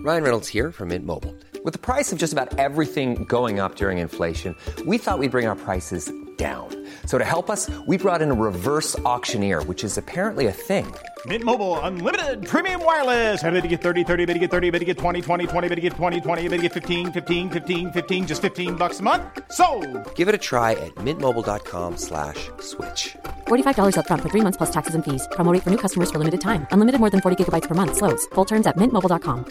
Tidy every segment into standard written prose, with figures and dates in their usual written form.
Ryan Reynolds here from Mint Mobile. With the price of just about everything going up during inflation, we thought we'd bring our prices down. So to help us, we brought in a reverse auctioneer, which is apparently a thing. Mint Mobile Unlimited Premium Wireless. How to get 30, 30, bit to get 30, bit to get 20, 20, 20, bit to get 20, 20, bit to get 15, 15, 15, 15, just $15 a month? Sold! Give it a try at mintmobile.com/switch. $45 up front for 3 months plus taxes and fees. Promo rate for new customers for limited time. Unlimited more than 40 gigabytes per month. Slows full terms at mintmobile.com.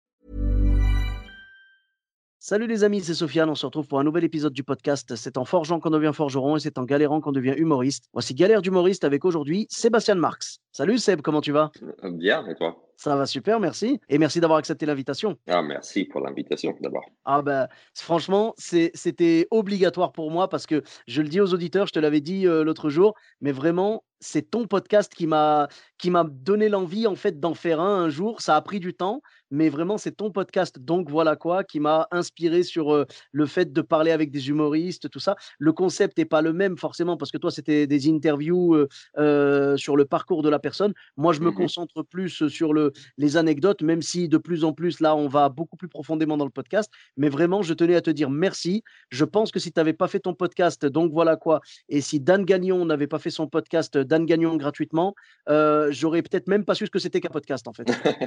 Salut les amis, c'est Sofiane. On se retrouve pour un nouvel épisode du podcast. C'est en forgeant qu'on devient forgeron et c'est en galérant qu'on devient humoriste. Voici Galère d'humoriste avec aujourd'hui Sébastien Marx. Salut Seb, comment tu vas? Bien, et toi? Ça va super, merci. Et merci d'avoir accepté l'invitation. Ah, merci pour l'invitation d'abord. Ah ben, franchement, c'était obligatoire pour moi parce que je le dis aux auditeurs, je te l'avais dit l'autre jour, mais vraiment, c'est ton podcast qui m'a donné l'envie en fait d'en faire un jour. Ça a pris du temps, mais vraiment, c'est ton podcast. Donc voilà quoi, qui m'a inspiré sur le fait de parler avec des humoristes, tout ça. Le concept n'est pas le même forcément parce que toi, c'était des interviews sur le parcours de la personne. Moi, je me concentre plus sur les anecdotes, même si de plus en plus, là, on va beaucoup plus profondément dans le podcast. Mais vraiment, je tenais à te dire merci. Je pense que si tu n'avais pas fait ton podcast, donc voilà quoi, et si Dan Gagnon n'avait pas fait son podcast, Dan Gagnon gratuitement, j'aurais peut-être même pas su ce que c'était qu'un podcast en fait.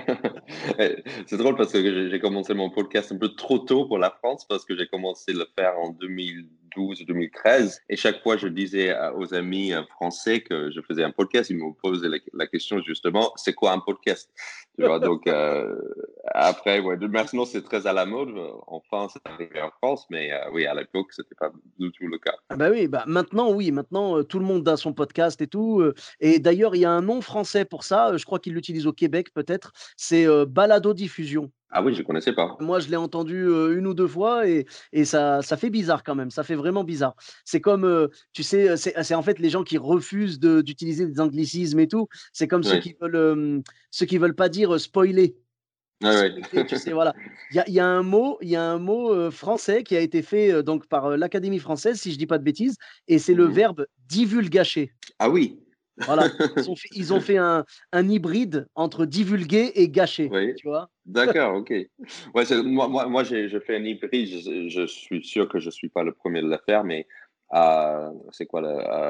C'est drôle parce que j'ai commencé mon podcast un peu trop tôt pour la France parce que j'ai commencé à le faire en 2012 ou 2013 et chaque fois je disais aux amis français que je faisais un podcast, ils me posaient la question justement, c'est quoi un podcast? Tu vois, donc après, ouais, maintenant c'est très à la mode, enfin c'est arrivé en France, mais oui, à l'époque c'était pas du tout le cas. Ah bah oui, maintenant tout le monde a son podcast et tout. Et d'ailleurs, il y a un nom français pour ça, je crois qu'ils l'utilisent au Québec peut-être, c'est balado-diffusion. Ah oui, je ne connaissais pas. Moi, je l'ai entendu une ou deux fois et ça fait bizarre quand même. Ça fait vraiment bizarre. C'est comme, tu sais, c'est en fait les gens qui refusent d'utiliser des anglicismes et tout. C'est comme ceux qui veulent pas dire spoiler. Ouais. Tu sais, voilà. Il y a un mot français qui a été fait donc par l'Académie française, si je dis pas de bêtises, et c'est le verbe divulgacher. Ah oui. Voilà. Ils ont fait un hybride entre divulguer et gâcher. Oui. Tu vois? D'accord, ok. Ouais, moi j'ai fait un hybride. Je suis sûr que je suis pas le premier de le faire, mais c'est quoi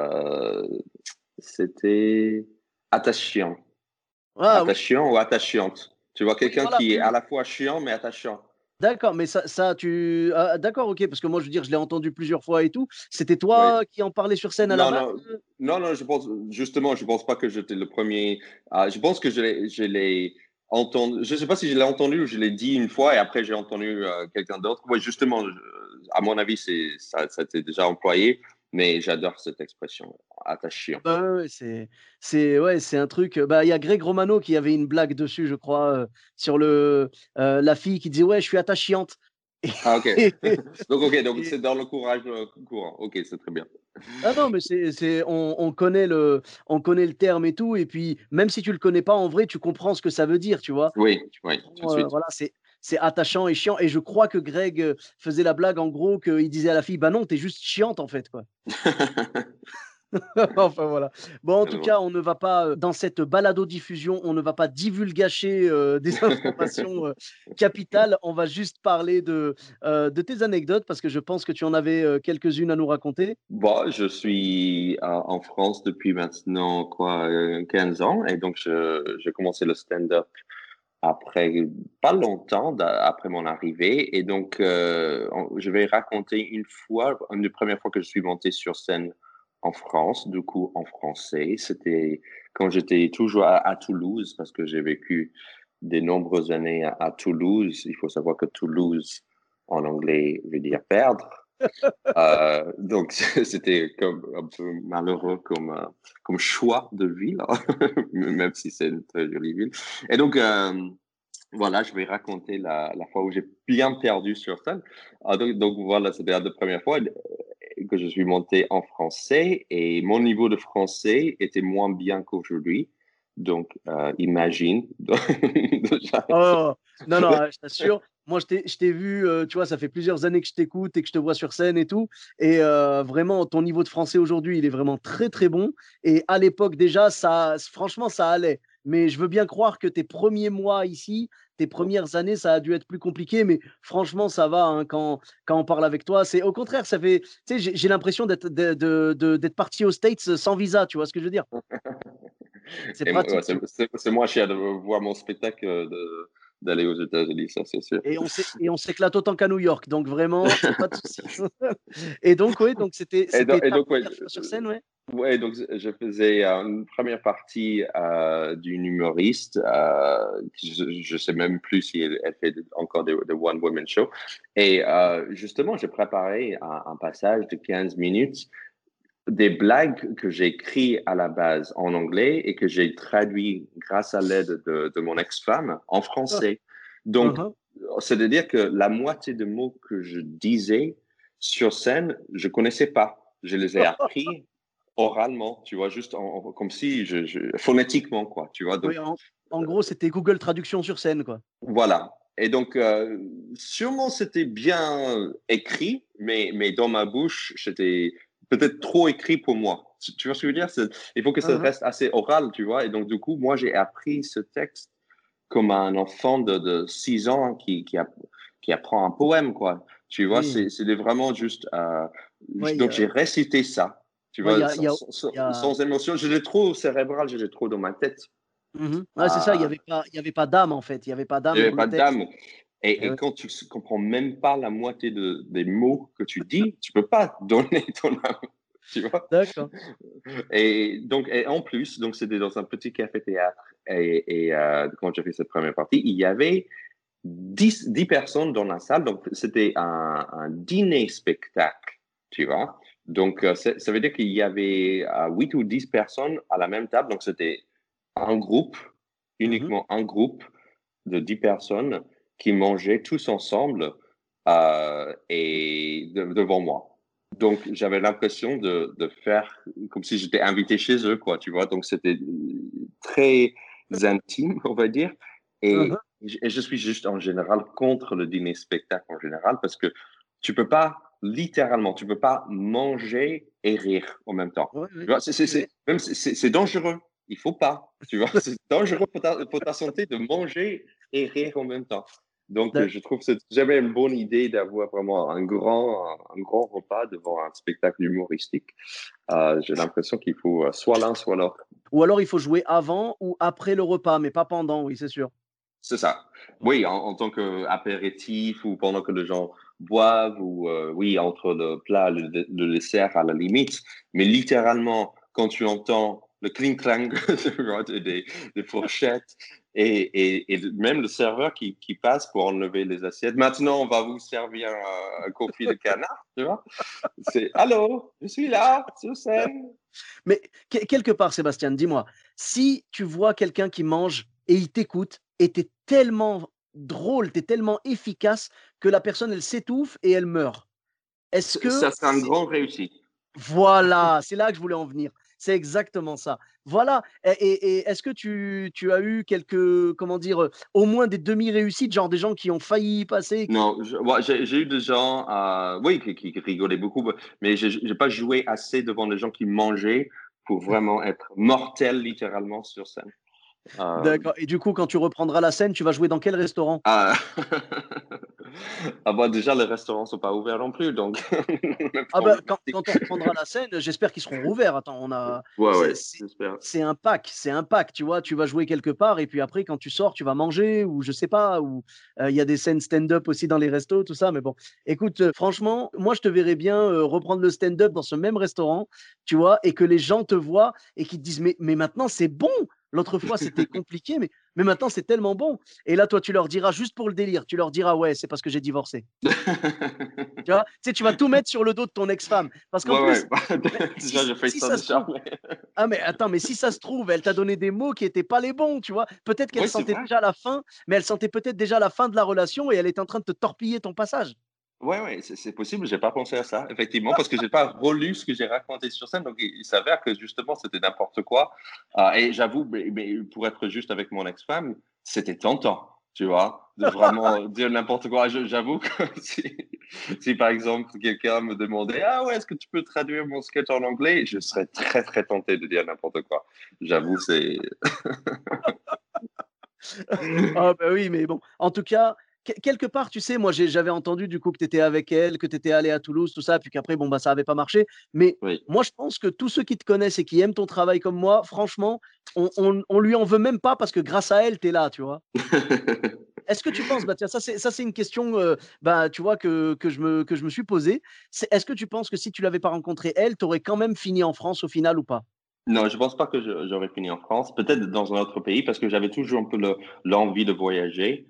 c'était attachant. Attachant ou attachante. Tu vois, quelqu'un qui est à la fois chiant mais attachant. D'accord, mais d'accord, ok, parce que moi, je veux dire, je l'ai entendu plusieurs fois et tout. C'était toi qui en parlais sur scène à la base? Non, je pense pas que j'étais le premier. Je pense que je l'ai entendu. Je sais pas si je l'ai entendu ou je l'ai dit une fois et après j'ai entendu quelqu'un d'autre. Ouais, justement, à mon avis, ça a été déjà employé, mais j'adore cette expression, attachant. Ouais, c'est un truc. Bah, il y a Greg Romano qui avait une blague dessus, je crois, sur la fille qui disait ouais, je suis attachante. Ah ok. donc c'est dans le courage courant. Ok, c'est très bien. Ah non, mais on connaît le terme et tout, et puis même si tu le connais pas en vrai, tu comprends ce que ça veut dire, tu vois. Oui, tout de suite. Voilà, c'est attachant et chiant. Et je crois que Greg faisait la blague en gros qu'il disait à la fille, bah non, t'es juste chiante en fait, quoi. Enfin voilà. Bon, en tout cas, on ne va pas dans cette balado-diffusion, on ne va pas divulgacher des informations capitales. On va juste parler de tes anecdotes parce que je pense que tu en avais quelques-unes à nous raconter. Bon, je suis en France depuis maintenant 15 ans et donc j'ai commencé le stand-up après pas longtemps après mon arrivée et donc je vais raconter une des premières fois que je suis monté sur scène en France, du coup en français. C'était quand j'étais toujours à Toulouse, parce que j'ai vécu de nombreuses années à Toulouse. Il faut savoir que Toulouse, en anglais, veut dire perdre. Donc, c'était comme un peu malheureux comme choix de ville, même si c'est une très jolie ville. Et donc, voilà, je vais raconter la fois où j'ai bien perdu sur scène. Donc voilà, c'était la première fois que je suis monté en français et mon niveau de français était moins bien qu'aujourd'hui. Donc, imagine. Oh, non, je t'assure. Moi, je t'ai vu, tu vois, ça fait plusieurs années que je t'écoute et que je te vois sur scène et tout. Et vraiment, ton niveau de français aujourd'hui, il est vraiment très, très bon. Et à l'époque, déjà, franchement, ça allait. Mais je veux bien croire que tes premiers mois ici, tes premières années, ça a dû être plus compliqué, mais franchement, ça va hein, quand on parle avec toi. C'est au contraire, ça fait, tu sais, j'ai l'impression d'être parti aux States sans visa, tu vois ce que je veux dire? C'est Ouais, pratique, tu vois. c'est moins cher de voir mon spectacle d'aller aux États-Unis, ça c'est sûr. Et on s'éclate autant qu'à New York, donc vraiment, pas de souci. Et donc, oui, donc c'était Et ta donc, ouais, première fois sur scène, ouais. ouais, donc je faisais une première partie d'une humoriste. Je sais même plus si elle fait encore des One Woman Show. Et justement, j'ai préparé un passage de 15 minutes des blagues que j'ai écrites à la base en anglais et que j'ai traduit grâce à l'aide de mon ex-femme en français. Donc, Uh-huh. c'est-à-dire que la moitié des mots que je disais sur scène, je connaissais pas. Je les ai appris oralement, tu vois, juste comme si phonétiquement, quoi, tu vois. Donc, Oui, en gros, c'était Google Traduction sur scène, quoi. voilà. Et donc, sûrement, c'était bien écrit, mais dans ma bouche, c'était peut-être trop écrit pour moi. Tu vois ce que je veux dire? Il faut que ça Uh-huh. reste assez oral, tu vois. Et donc, du coup, moi, j'ai appris ce texte comme un enfant de 6 ans qui apprend un poème, quoi. Tu vois, Oui, c'était vraiment juste... ouais, donc, j'ai récité ça, tu ouais, vois, il y a, sans émotion. Je l'ai trop cérébral, je l'ai trop dans ma tête. Mhm. Ouais, c'est ça, Euh, il y avait pas d'âme, en fait. Il y avait pas Il n'y d'âme avait dans le pas de texte. dame. Eh Et ouais. quand tu comprends même pas la moitié des mots que tu dis, tu peux pas donner ton âme, tu vois. D'accord. Et donc, et en plus, donc c'était dans un petit café-théâtre. Et quand j'ai fait cette première partie, il y avait 10 personnes dans la salle. Donc, c'était un dîner-spectacle, tu vois. Donc, ça veut dire qu'il y avait 8 ou 10 personnes à la même table. Donc, c'était un groupe, Mhm. uniquement un groupe de 10 personnes qui mangeaient tous ensemble devant moi. Donc, j'avais l'impression de faire comme si j'étais invité chez eux, quoi, tu vois. Donc, c'était très intime, on va dire. Mhm. Et je suis juste en général contre le dîner spectacle en général parce que tu peux pas, littéralement, tu peux pas manger et rire en même temps. Ouais, Tu ouais. vois, Ouais. c'est dangereux. Il faut pas, tu vois. C'est dangereux pour ta santé de manger et rire en même temps. Donc, D'ac- je trouve que c'est jamais une bonne idée d'avoir vraiment un grand repas devant un spectacle humoristique. J'ai l'impression qu'il faut soit l'un, soit l'autre. Ou alors, il faut jouer avant ou après le repas, mais pas pendant, oui, c'est sûr. C'est ça. Ouais. Oui, en tant qu'apéritif ou pendant que les gens boivent ou, oui, entre le plat et le dessert à la limite. Mais littéralement, quand tu entends le clink-clang des fourchettes et même le serveur qui passe pour enlever les assiettes. Maintenant, on va vous servir un confit de canard, tu vois. C'est «Allô, je suis là, sur scène». Mais quelque part, Sébastien, dis-moi, si tu vois quelqu'un qui mange et il t'écoute et tu es tellement drôle, tu es tellement efficace que la personne, elle s'étouffe et elle meurt. Est-ce que Ça serait un grand réussite. voilà, c'est là que je voulais en venir. C'est exactement ça. Voilà. Et est-ce que tu as eu quelques, comment dire, au moins des demi-réussites, genre des gens qui ont failli y passer? Non, ouais, j'ai eu des gens, oui, qui rigolaient beaucoup, mais j'ai pas joué assez devant des gens qui mangeaient pour vraiment être mortel littéralement sur scène. Euh, D'accord. Et du coup, quand tu reprendras la scène, tu vas jouer dans quel restaurant? ah, bah déjà les restaurants sont pas ouverts non plus, donc même Ah pas bah, envie quand on reprendra la scène, j'espère qu'ils seront rouverts. Attends, on a Ouais, c'est ouais, c'est j'espère. c'est un pack, tu vois? Tu vas jouer quelque part et puis après quand tu sors, tu vas manger ou je sais pas ou, il y a des scènes stand-up aussi dans les restos, tout ça, mais bon. Écoute, franchement, moi je te verrais bien, reprendre le stand-up dans ce même restaurant, tu vois? Et que les gens te voient et qu'ils te disent: «Mais maintenant c'est bon! L'autre fois c'était compliqué, mais maintenant c'est tellement bon» et là, toi, tu leur diras juste pour le délire, tu leur diras: «Ouais, c'est parce que j'ai divorcé». Tu vois? Tu sais, tu vas tout mettre sur le dos de ton ex-femme. Parce qu'en Ouais, ouais, plus, mais déjà je fais si ça ça se déjà, trouve mais ah mais attends, mais si ça se trouve, elle t'a donné des mots qui étaient pas les bons, tu vois? Peut-être qu'elle oui, c'est sentait vrai. déjà la fin, mais elle sentait peut-être déjà la fin de la relation et elle était en train de te torpiller ton passage. Ouais, ouais, c'est possible, j'ai pas pensé à ça, effectivement, parce que j'ai pas relu ce que j'ai raconté sur scène, donc il s'avère que justement c'était n'importe quoi. Et j'avoue, mais pour être juste avec mon ex-femme, c'était tentant, tu vois, de vraiment dire n'importe quoi. J'avoue que si par exemple quelqu'un me demandait, ah ouais, est-ce que tu peux traduire mon sketch en anglais, je serais très très tenté de dire n'importe quoi. J'avoue, c'est Ah bah oui, mais bon, en tout cas, quelque part, tu sais, moi, j'avais entendu du coup que tu étais avec elle, que tu étais allé à Toulouse, tout ça, puis qu'après, bon, bah, ça avait pas marché. Mais Oui. moi, je pense que tous ceux qui te connaissent et qui aiment ton travail comme moi, franchement, on lui en veut même pas parce que grâce à elle, tu es là, tu vois? Est-ce que tu penses, bah, tiens, ça c'est une question, bah, tu vois, que je me suis posée. Est-ce que tu penses que si tu l'avais pas rencontrée elle, tu aurais quand même fini en France au final ou pas? Non, je pense pas que j'aurais fini en France. Peut-être dans un autre pays parce que j'avais toujours un peu l'envie de voyager.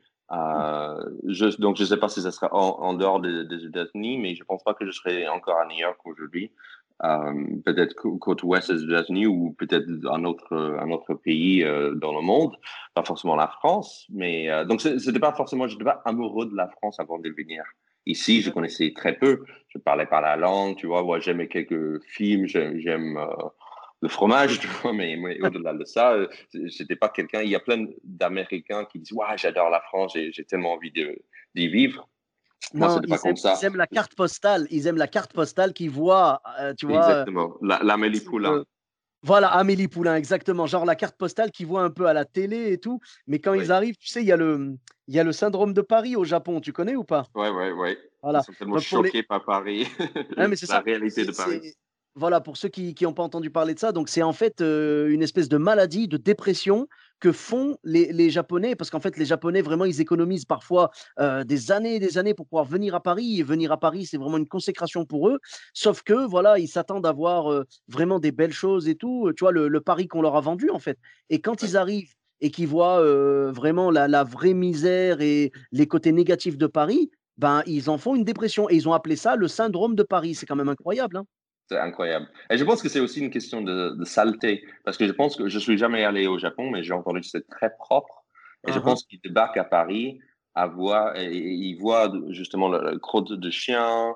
Donc, je sais pas si ça sera en dehors des États-Unis, mais je pense pas que je serai encore à New York aujourd'hui. Peut-être côte ouest des États-Unis ou peut-être un autre pays dans le monde, pas forcément la France. Mais donc, c'était pas forcément, j'étais pas amoureux de la France avant de venir. Ici, je D'accord. connaissais très peu. Je parlais pas la langue, tu vois. Moi, j'aimais quelques films, j'aime le fromage, tu vois, mais au-delà de ça, j'étais pas quelqu'un. Il y a plein d'Américains qui disent, ouais, j'adore la France, j'ai tellement envie d'y vivre. Moi, Non, c'était ils pas aiment comme ils ça. aiment la carte postale. Ils aiment la carte postale qu'ils voient, tu vois, Exactement. L'Amélie sur, Poulain. voilà, Amélie Poulain, exactement. Genre la carte postale qu'ils voient un peu à la télé et tout. Mais quand ils Oui. arrivent, tu sais, il y a le syndrome de Paris au Japon, tu connais ou pas? Ouais, ouais, ouais. Ils Voilà. sont tellement Donc pour les choqués par Paris, Ouais, mais c'est la ça. réalité C'est de Paris. c'est voilà, pour ceux qui ont pas entendu parler de ça, donc c'est en fait, une espèce de maladie, de dépression que font les Japonais parce qu'en fait, les Japonais, vraiment, ils économisent parfois, des années et des années pour pouvoir venir à Paris et venir à Paris, c'est vraiment une consécration pour eux. Sauf que, voilà, ils s'attendent à voir, vraiment des belles choses et tout, tu vois? Le Paris qu'on leur a vendu, en fait et quand Ouais. ils arrivent et qu'ils voient, vraiment la vraie misère et les côtés négatifs de Paris, ben, ils en font une dépression et ils ont appelé ça le syndrome de Paris. C'est quand même incroyable, hein? C'est incroyable. Et je pense que c'est aussi une question de saleté, parce que je pense que je suis jamais allé au Japon, mais j'ai entendu que c'est très propre. Et je Hein, hein. pense qu'ils débarquent à Paris et ils voient justement le crotte de chien,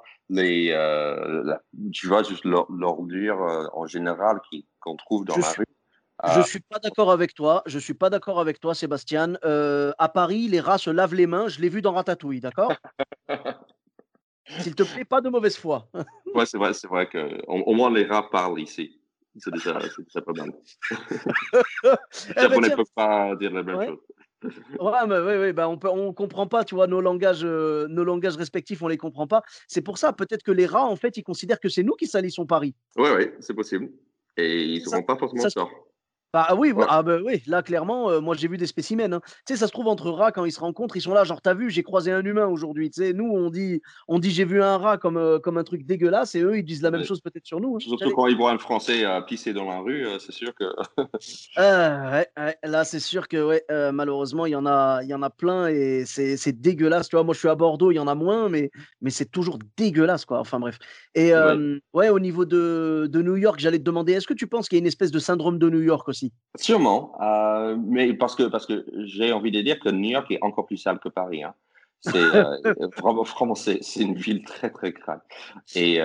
tu vois, juste l'ordure en général qu'on trouve dans Je la suis rue. je Euh, suis pas d'accord avec toi, je suis pas d'accord avec toi, Sébastien. À Paris, les rats se lavent les mains, je l'ai vu dans Ratatouille, d'accord? S'il te plaît, pas de mauvaise foi. ouais, c'est vrai que au moins les rats parlent ici. C'est déjà pas mal. Les Eh ben Japonais tiens, peuvent pas dire la même ouais, chose. ouais, mais oui, oui, bah, on comprend pas, tu vois? Nos langages respectifs, on les comprend pas. C'est pour ça, peut-être que les rats, en fait, ils considèrent que c'est nous qui salissons Paris. Ouais, ouais, c'est possible. Et ils Tu sais, n'auront pas forcément ça se tort. Bah, oui, Ouais. ah, bah, oui, là clairement, moi j'ai vu des spécimens, hein. Tu sais, ça se trouve entre rats quand ils se rencontrent, ils sont là genre: «Tu as vu, j'ai croisé un humain aujourd'hui». Tu sais, nous on dit: «J'ai vu un rat» comme un truc dégueulasse et eux ils disent la même Ouais. chose peut-être sur nous, hein. Surtout Allez. quand ils voient un Français pisser dans la rue, c'est sûr que Ouais, ouais, là c'est sûr que ouais, malheureusement il y en a plein et c'est dégueulasse, tu vois? Moi je suis à Bordeaux, il y en a moins, mais c'est toujours dégueulasse quoi, enfin bref et ouais, ouais, au niveau de New York, j'allais te demander, est-ce que tu penses qu'il y a une espèce de syndrome de New York aussi? sûrement, mais parce que j'ai envie de dire que New York est encore plus sale que Paris, hein. C'est vraiment c'est une ville très très crade. Et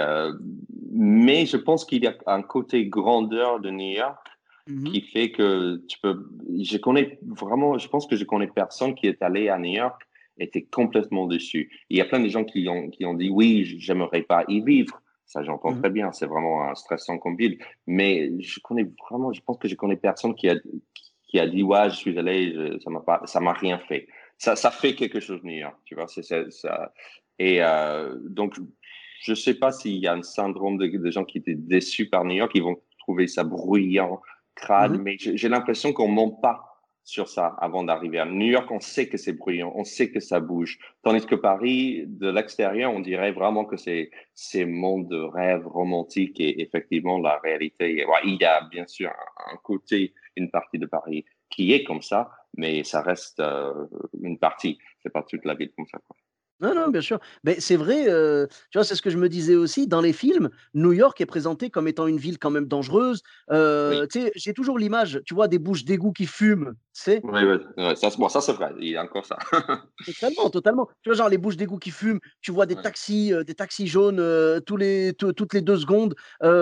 mais je pense qu'il y a un côté grandeur de New York Mmh. qui fait que tu peux. Je connais vraiment, je pense que je connais personne qui est allé à New York et était complètement déçu. Il y a plein de gens qui ont dit oui, j'aimerais pas y vivre. Ça, j'entends Mmh. très bien. C'est vraiment un stressant comme ville. Mais je pense que je connais personne qui a dit ouais, je suis allé, ça m'a rien fait. Ça fait quelque chose New York, tu vois. Ça. Et donc, je sais pas s'il y a un syndrome de gens qui étaient déçus par New York, ils vont trouver ça bruyant, crade, Mmh. mais j'ai l'impression qu'on ment pas sur ça avant d'arriver à New York. On sait que c'est bruyant, on sait que ça bouge. Tandis que Paris, de l'extérieur, on dirait vraiment que c'est monde de rêve romantique et effectivement la réalité. Ouais, il y a bien sûr un côté, une partie de Paris qui est comme ça, mais ça reste une partie. C'est pas toute la ville comme ça, quoi. Non, non, bien sûr. Mais c'est vrai, tu vois, c'est ce que je me disais aussi. Dans les films, New York est présenté comme étant une ville quand même dangereuse. Oui. Tu sais, j'ai toujours l'image, tu vois, des bouches d'égout qui fument, tu sais? Oui, oui, ouais, ça, bon, ça c'est vrai. Il y a encore ça. Totalement, totalement. Tu vois, genre les bouches d'égout qui fument, tu vois Ouais. des taxis jaunes, toutes les 2 secondes,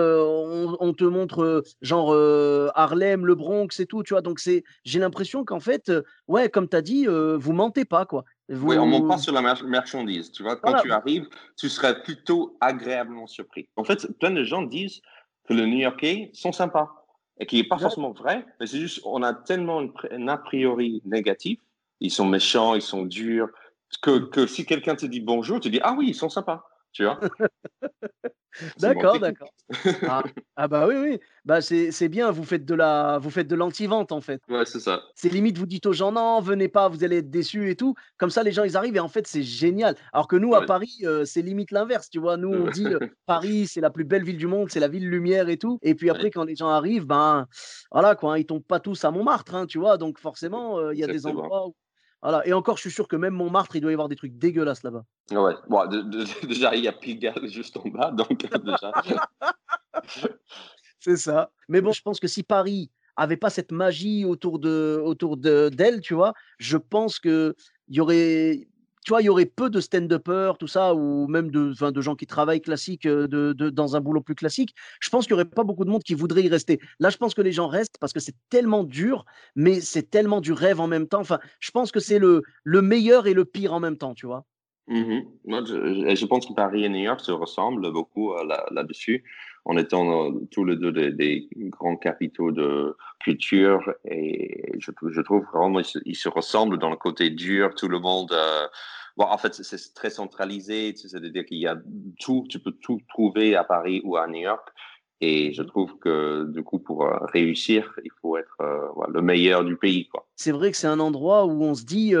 on te montre, genre, Harlem, le Bronx et tout, tu vois? Donc j'ai l'impression qu'en fait, ouais, comme tu as dit, vous mentez pas, quoi. Oui, on ne ment pas Vous sur la marchandise. Tu vois, quand voilà, tu arrives, tu serais plutôt agréablement surpris. En fait, plein de gens disent que les New-Yorkais sont sympas. et qui n'est pas D'accord. forcément vrai, mais c'est juste on a tellement un a priori négatif, ils sont méchants, ils sont durs, que si quelqu'un te dit bonjour, tu dis ah oui, ils sont sympas, tu vois. C'est une bonne D'accord, technique. d'accord. Ah, ah bah oui, oui. Bah c'est bien, vous faites de l'anti-vente en fait. Ouais, c'est ça. C'est limite, vous dites aux gens: «Non, venez pas, vous allez être déçus et tout». Comme ça, les gens, ils arrivent et en fait, c'est génial. Alors que nous, à Ouais. Paris, c'est limite l'inverse, tu vois? Nous, on dit, Paris, c'est la plus belle ville du monde, c'est la ville lumière et tout et puis Ouais, après, quand les gens arrivent, ben, voilà quoi, hein, ils tombent pas tous à Montmartre, hein, tu vois? Donc forcément, il y a des exactement. endroits où voilà et encore, je suis sûr que même Montmartre, il doit y avoir des trucs dégueulasses là-bas. Ouais, bon, déjà, il y a Pigalle juste en bas, donc déjà. C'est ça. Mais bon, je pense que si Paris avait pas cette magie autour de d'elle, tu vois? Je pense qu'il y aurait tu vois, il y aurait peu de stand-uppers, tout ça, ou même de gens qui travaillent classique, dans un boulot plus classique. Je pense qu'il y aurait pas beaucoup de monde qui voudrait y rester. Là, je pense que les gens restent parce que c'est tellement dur, mais c'est tellement du rêve en même temps. Enfin, je pense que c'est le meilleur et le pire en même temps, tu vois? Moi, je pense que Paris et New York se ressemblent beaucoup là-dessus, en étant tous les deux des grands capitaux de culture. Et je trouve vraiment ils se ressemblent dans le côté dur. Tout le monde. Bon, en fait, c'est très centralisé. C'est-à-dire qu'il y a tout, tu peux tout trouver à Paris ou à New York. Et je Mmh. trouve que du coup, pour réussir, il faut être voilà, le meilleur du pays, quoi. C'est vrai que c'est un endroit où on se dit,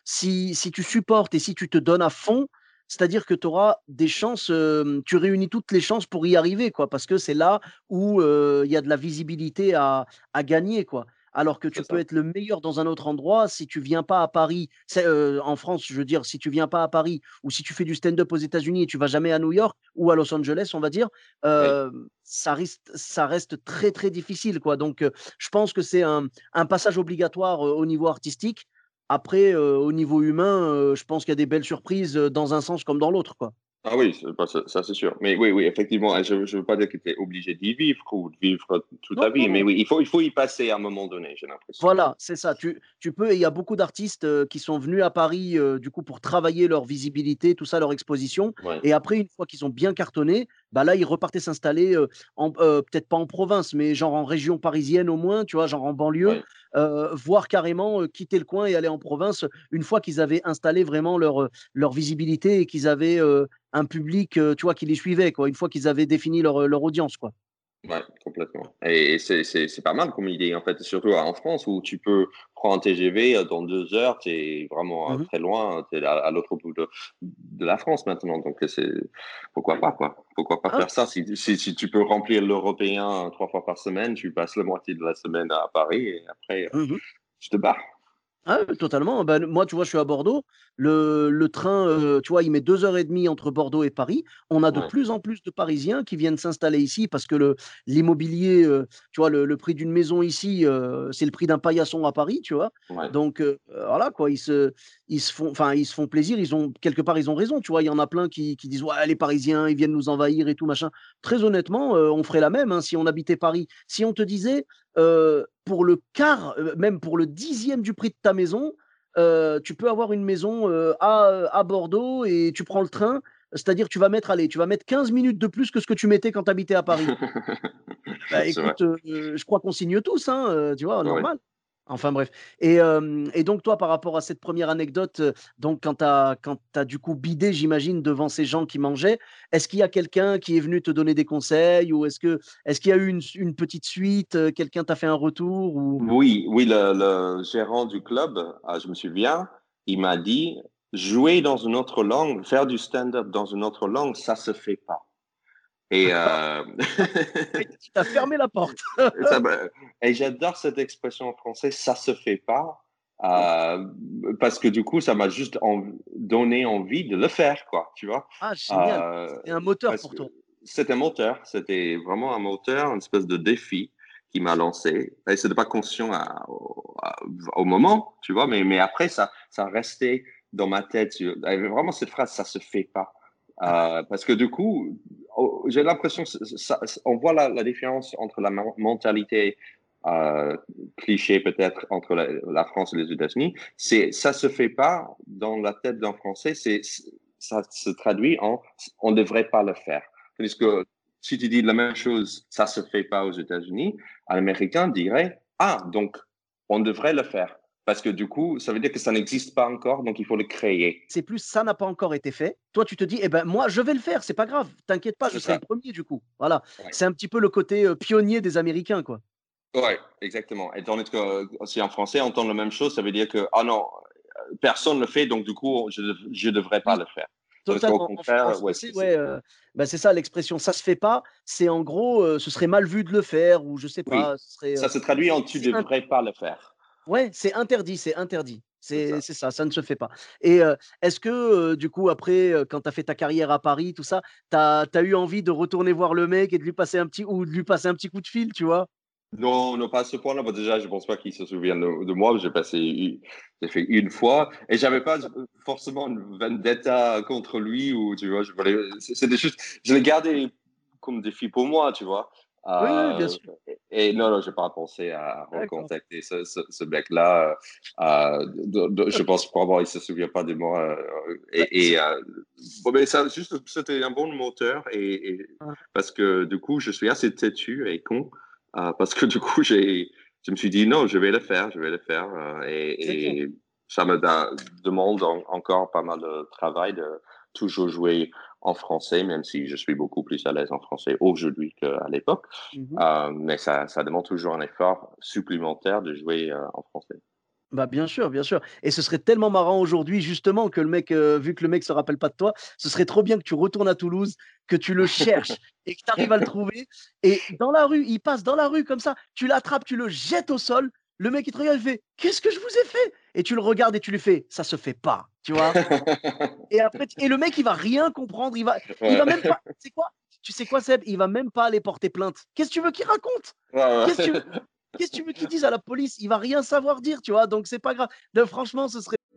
si tu supportes et si tu te donnes à fond, c'est-à-dire que tu auras des chances, tu réunis toutes les chances pour y arriver, quoi. Parce que c'est là où, il y a de la visibilité à gagner, quoi. Alors que C'est tu peux ça. être le meilleur dans un autre endroit, si tu viens pas à Paris, en France, je veux dire, si tu viens pas à Paris ou si tu fais du stand-up aux États-Unis et tu vas jamais à New York ou à Los Angeles, on va dire, Oui. ça reste très, très difficile, quoi. Donc, je pense que c'est un passage obligatoire, au niveau artistique. Après, au niveau humain, je pense qu'il y a des belles surprises, dans un sens comme dans l'autre, quoi. Ah oui, ça c'est sûr. Mais oui, oui, effectivement, je ne veux pas dire que tu es obligé d'y vivre ou de vivre toute Non, ta vie, non, mais non. oui, il faut y passer à un moment donné, j'ai l'impression. Voilà, c'est ça. Tu peux et il y a beaucoup d'artistes, qui sont venus à Paris, du coup, pour travailler leur visibilité, tout ça, leur exposition Ouais, et après, une fois qu'ils ont bien cartonné, bah, là, ils repartaient s'installer, peut-être pas en province, mais genre en région parisienne au moins, tu vois? Genre en banlieue, ouais, voire carrément, quitter le coin et aller en province, une fois qu'ils avaient installé vraiment leur visibilité et qu'ils avaient, un public, tu vois, qui les suivait, quoi. Une fois qu'ils avaient défini leur audience, quoi. ouais, complètement. Et c'est pas mal comme idée, en fait, surtout en France où tu peux prendre un TGV dans 2 heures, tu es vraiment Mmh. très loin, tu es à l'autre bout de la France maintenant. Donc, pourquoi pas, quoi? Pourquoi pas Ah, faire ça? Si tu peux remplir l'Européen 3 fois par semaine, tu passes la moitié de la semaine à Paris et après, mmh. je te bats. Ah ouais, totalement. Bah, moi, tu vois, je suis à Bordeaux. Le train, tu vois, il met 2 heures et demie entre Bordeaux et Paris. On a de Ouais, plus en plus de Parisiens qui viennent s'installer ici parce que l'immobilier, tu vois, le prix d'une maison ici, c'est le prix d'un paillasson à Paris, tu vois? ouais. Donc, voilà quoi, ils se font plaisir. Ils ont quelque part, ils ont raison, tu vois? Il y en a plein qui disent: «Ouais, les Parisiens, ils viennent nous envahir et tout machin». Très honnêtement, on ferait la même, hein, si on habitait Paris. Si on te disait, pour le quart, même pour le dixième du prix de ta maison, tu peux avoir une maison, à Bordeaux et tu prends le train. C'est-à-dire tu vas mettre, allez, tu vas mettre 15 minutes de plus que ce que tu mettais quand tu habitais à Paris. Bah, C'est vrai. écoute, je crois qu'on signe tous, hein, tu vois? Ouais. Normal. Enfin bref et donc toi, par rapport à cette première anecdote, donc quand tu as du coup bidé, j'imagine, devant ces gens qui mangeaient, est-ce qu'il y a quelqu'un qui est venu te donner des conseils ou est-ce qu'il y a eu une petite suite, quelqu'un t'a fait un retour ou? Oui, oui, le gérant du club, je me souviens, il m'a dit: «Jouer dans une autre langue, faire du stand-up dans une autre langue, ça se fait pas» et Il t'a fermé la porte. ça me et j'adore cette expression en français: «Ça se fait pas», parce que du coup, ça m'a juste donné envie de le faire, quoi, tu vois? Ah génial, Heu, c'était un moteur parce pour que toi. c'était un moteur, c'était vraiment un moteur, une espèce de défi qui m'a lancé et c'était pas conscient au moment, tu vois? Mais après ça restait dans ma tête, il y avait vraiment cette phrase: «Ça se fait pas». Parce que du coup, j'ai l'impression que on voit la différence entre la mentalité euh, cliché peut-être entre la France et les États-Unis. C'est ça se fait pas dans la tête d'un Français. Ça se traduit en on ne devrait pas le faire. Tandis que si tu dis la même chose, ça se fait pas aux États-Unis, un Américain dirait, ah, donc, on devrait le faire. Parce que du coup, ça veut dire que ça n'existe pas encore, donc il faut le créer. C'est plus ça n'a pas encore été fait. Toi, tu te dis, eh ben moi, je vais le faire, c'est pas grave, t'inquiète pas, je C'est serai ça. le premier du coup. Voilà. Ouais. C'est un petit peu le côté pionnier des Américains, quoi. Ouais, exactement. Et tandis que si en français on entend la même chose, ça veut dire que, ah non, personne ne le fait, donc du coup, je ne devrais pas Oui, le faire. Tandis qu'au totalement. En contraire, ouais, français, ouais, bah, c'est ça l'expression, ça se fait pas. C'est en gros, ce serait mal vu de le faire ou je sais oui, pas, ce serait, ça se traduit en tu c'est devrais pas le faire. ouais, c'est interdit, c'est interdit. C'est ça. C'est ça, ça ne se fait pas. Et est-ce que, du coup, après, quand tu as fait ta carrière à Paris, tout ça, tu as eu envie de retourner voir le mec et de lui passer un petit ou de lui passer un petit coup de fil, tu vois? Non, non, pas à ce point-là. Bon, déjà, je pense pas qu'il se souvienne de moi. J'ai fait une fois et j'avais pas forcément une vendetta contre lui ou, tu vois, c'est des choses, je l'ai gardé comme défi pour moi, tu vois. Oui, oui, bien sûr. Et non, non, j'ai pas pensé à D'accord. recontacter ce mec-là. Je pense probablement il se souvient pas de moi. Bah, Bon, mais ça, juste, c'était un bon moteur parce que du coup, je suis assez têtu et con. Parce que du coup, je me suis dit non, je vais le faire, je vais le faire. c'est clair. Et ça me demande encore pas mal de travail de toujours jouer en français, même si je suis beaucoup plus à l'aise en français aujourd'hui qu'à l'époque. Mmh. Mais ça demande toujours un effort supplémentaire de jouer en français. Bah, bien sûr et ce serait tellement marrant aujourd'hui justement que le mec, vu que le mec se rappelle pas de toi, ce serait trop bien que tu retournes à Toulouse, que tu le cherches et que tu arrives à le trouver et dans la rue, il passe dans la rue comme ça, tu l'attrapes, tu le jettes au sol, le mec il te regarde, il fait: «Qu'est-ce que je vous ai fait?» et tu le regardes et tu lui fais: «Ça se fait pas», tu vois? Et après et le mec il va rien comprendre, il va même Ouais. pas tu sais quoi Seb? Il va même pas aller porter plainte. Qu'est-ce que tu veux qu'il raconte? Ouais, Qu'est-ce que tu veux ouais. qu'est-ce que tu veux qu'il dise à la police? Il va rien savoir dire, tu vois? Donc c'est pas grave. Donc franchement, ce serait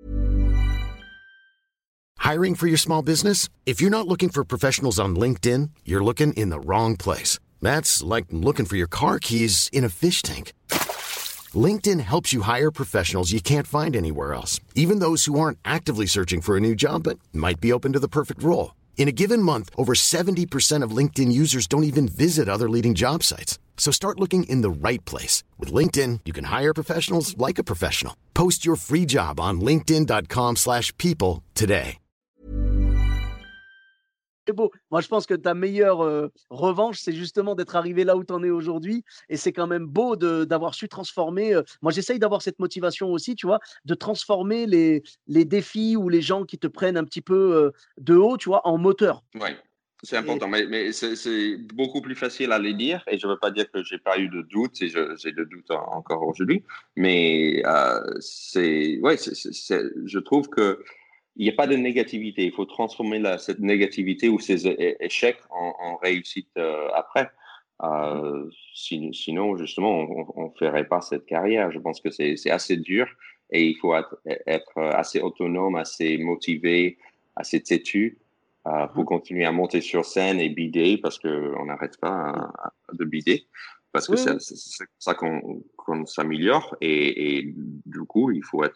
Hiring for your small business? If you're not looking for professionals on LinkedIn, you're looking in the wrong place. That's like looking for your car keys in a fish tank. LinkedIn helps you hire professionals you can't find anywhere else, even those who aren't actively searching for a new job but might be open to the perfect role. In a given month, over 70% of LinkedIn users don't even visit other leading job sites. So start looking in the right place. With LinkedIn, you can hire professionals like a professional. Post your free job on linkedin.com/people today. beau. Moi, je pense que ta meilleure, revanche, c'est justement d'être arrivé là où tu en es aujourd'hui et c'est quand même beau d'avoir su transformer, moi, j'essaye d'avoir cette motivation aussi, tu vois? De transformer les défis ou les gens qui te prennent un petit peu, de haut, tu vois? En moteur Ouais, c'est et important, mais c'est beaucoup plus facile à les dire et je veux pas dire que j'ai pas eu de doute et j'ai de doutes encore aujourd'hui, mais ouais, je trouve que il n'y a pas de négativité. Il faut transformer cette négativité ou ces échecs en réussite après. mmh Sinon, justement, on ne ferait pas cette carrière. Je pense que c'est assez dur et il faut être assez autonome, assez motivé, assez têtu pour continuer à monter sur scène et bider parce qu'on n'arrête pas de bider. Parce que Oui, oui. c'est comme ça qu'on s'améliore et du coup, il faut être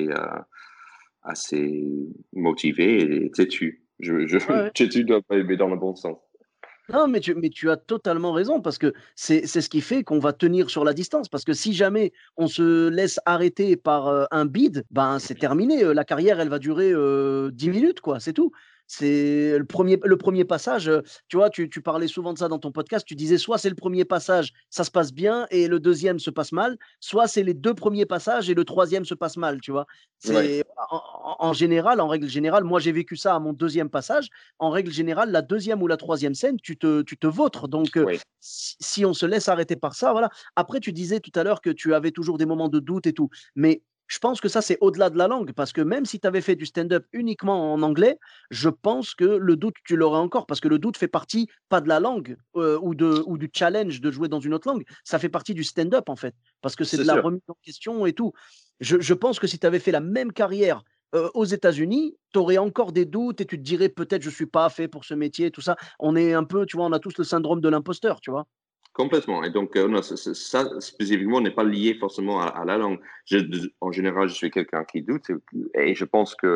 assez motivé et têtu. Ouais, ouais. Têtu doit pas aimer dans le bon sens. Non, mais tu as totalement raison parce que c'est ce qui fait qu'on va tenir sur la distance. Parce que si jamais on se laisse arrêter par, un bide, ben, c'est terminé, la carrière, elle va durer, 10 minutes, quoi, c'est tout. C'est le premier passage, tu vois, tu parlais souvent de ça dans ton podcast, tu disais soit c'est le premier passage, ça se passe bien et le deuxième se passe mal, soit c'est les 2 premiers passages et le troisième se passe mal, tu vois? Ouais, C'est en général, en règle générale, moi j'ai vécu ça à mon deuxième passage, en règle générale, la deuxième ou la troisième scène, tu te vautres. Donc, ouais. si on se laisse arrêter par ça, voilà. Après, tu disais tout à l'heure que tu avais toujours des moments de doute et tout. Mais je pense que ça, c'est au-delà de la langue. Parce que même si tu avais fait du stand-up uniquement en anglais, je pense que le doute, tu l'aurais encore. Parce que le doute fait partie, pas de la langue ou du challenge de jouer dans une autre langue. Ça fait partie du stand-up, en fait. Parce que c'est C'est de la sûr. remise en question et tout. Je pense que si tu avais fait la même carrière aux États-Unis, tu aurais encore des doutes et tu te dirais peut-être je suis pas fait pour ce métier, tout ça. On est un peu, tu vois, on a tous le syndrome de l'imposteur, tu vois. Complètement. Et donc, non, ça, spécifiquement, n'est pas lié forcément à la langue. En général, je suis quelqu'un qui doute et je pense que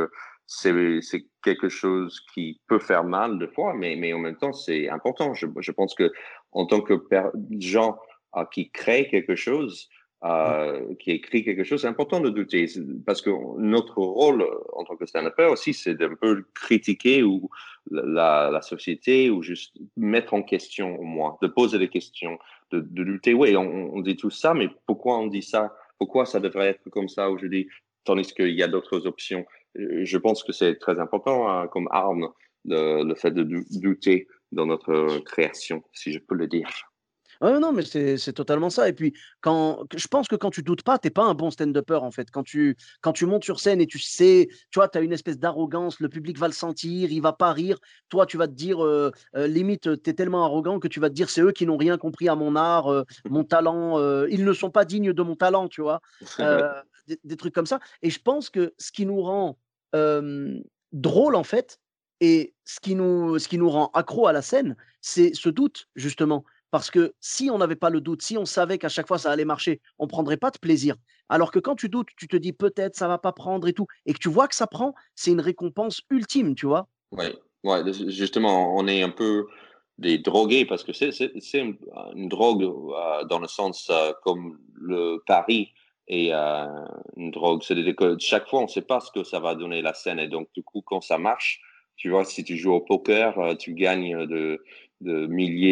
c'est quelque chose qui peut faire mal des fois, mais en même temps, c'est important. Je pense que en tant que gens qui créent quelque chose, qui écrit quelque chose, c'est important de douter. Parce que notre rôle en tant que stand-upper aussi, c'est d'un peu critiquer ou la société ou juste mettre en question au moins, de poser des questions, de douter. Oui, on dit tout ça, mais pourquoi on dit ça? Pourquoi ça devrait être comme ça aujourd'hui, tandis qu'il y a d'autres options? Je pense que c'est très important comme arme, le fait de douter dans notre création, si je peux le dire. Ouais, non, mais c'est totalement ça. Et puis, je pense que quand tu doutes pas, t'es pas un bon stand-upper, en fait. Quand tu montes sur scène et tu sais, tu vois, tu as une espèce d'arrogance, le public va le sentir, il va pas rire. Toi, tu vas te dire, limite, tu es tellement arrogant que tu vas te dire, c'est eux qui n'ont rien compris à mon art, mon talent, ils ne sont pas dignes de mon talent, tu vois. Euh, des trucs comme ça. Et je pense que ce qui nous rend euh, drôle, en fait, et ce qui nous rend accro à la scène, c'est ce doute, justement. Parce que si on n'avait pas le doute, si on savait qu'à chaque fois ça allait marcher, on ne prendrait pas de plaisir. Alors que quand tu doutes, tu te dis peut-être ça va pas prendre et tout, et que tu vois que ça prend, c'est une récompense ultime, tu vois. Oui, ouais, justement, on est un peu des drogués parce que c'est une drogue dans le sens comme le pari est une drogue. C'est-à-dire que chaque fois, on ne sait pas ce que ça va donner la scène. Et donc, du coup, quand ça marche, tu vois, si tu joues au poker, tu gagnes de milliers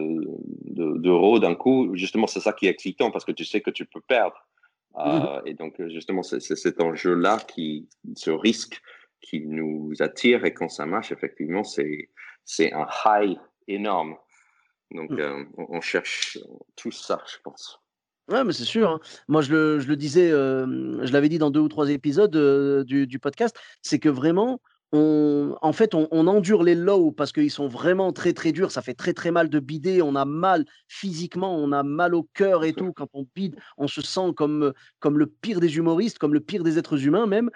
d'euros d'un coup. Justement, c'est ça qui est excitant parce que tu sais que tu peux perdre. Mhm. Et donc, justement, c'est cet enjeu-là ce risque qui nous attire et quand ça marche, effectivement, c'est un high énorme. Donc, on cherche tout ça, je pense. Ouais, mais c'est sûr, hein. Moi, je le disais, je l'avais dit dans 2 ou 3 épisodes, du podcast, c'est que vraiment, en fait, on endure les lows parce qu'ils sont vraiment très, très durs. Ça fait très, très mal de bider. On a mal physiquement, on a mal au cœur et tout. Quand on bide, on se sent comme le pire des humoristes, comme le pire des êtres humains même.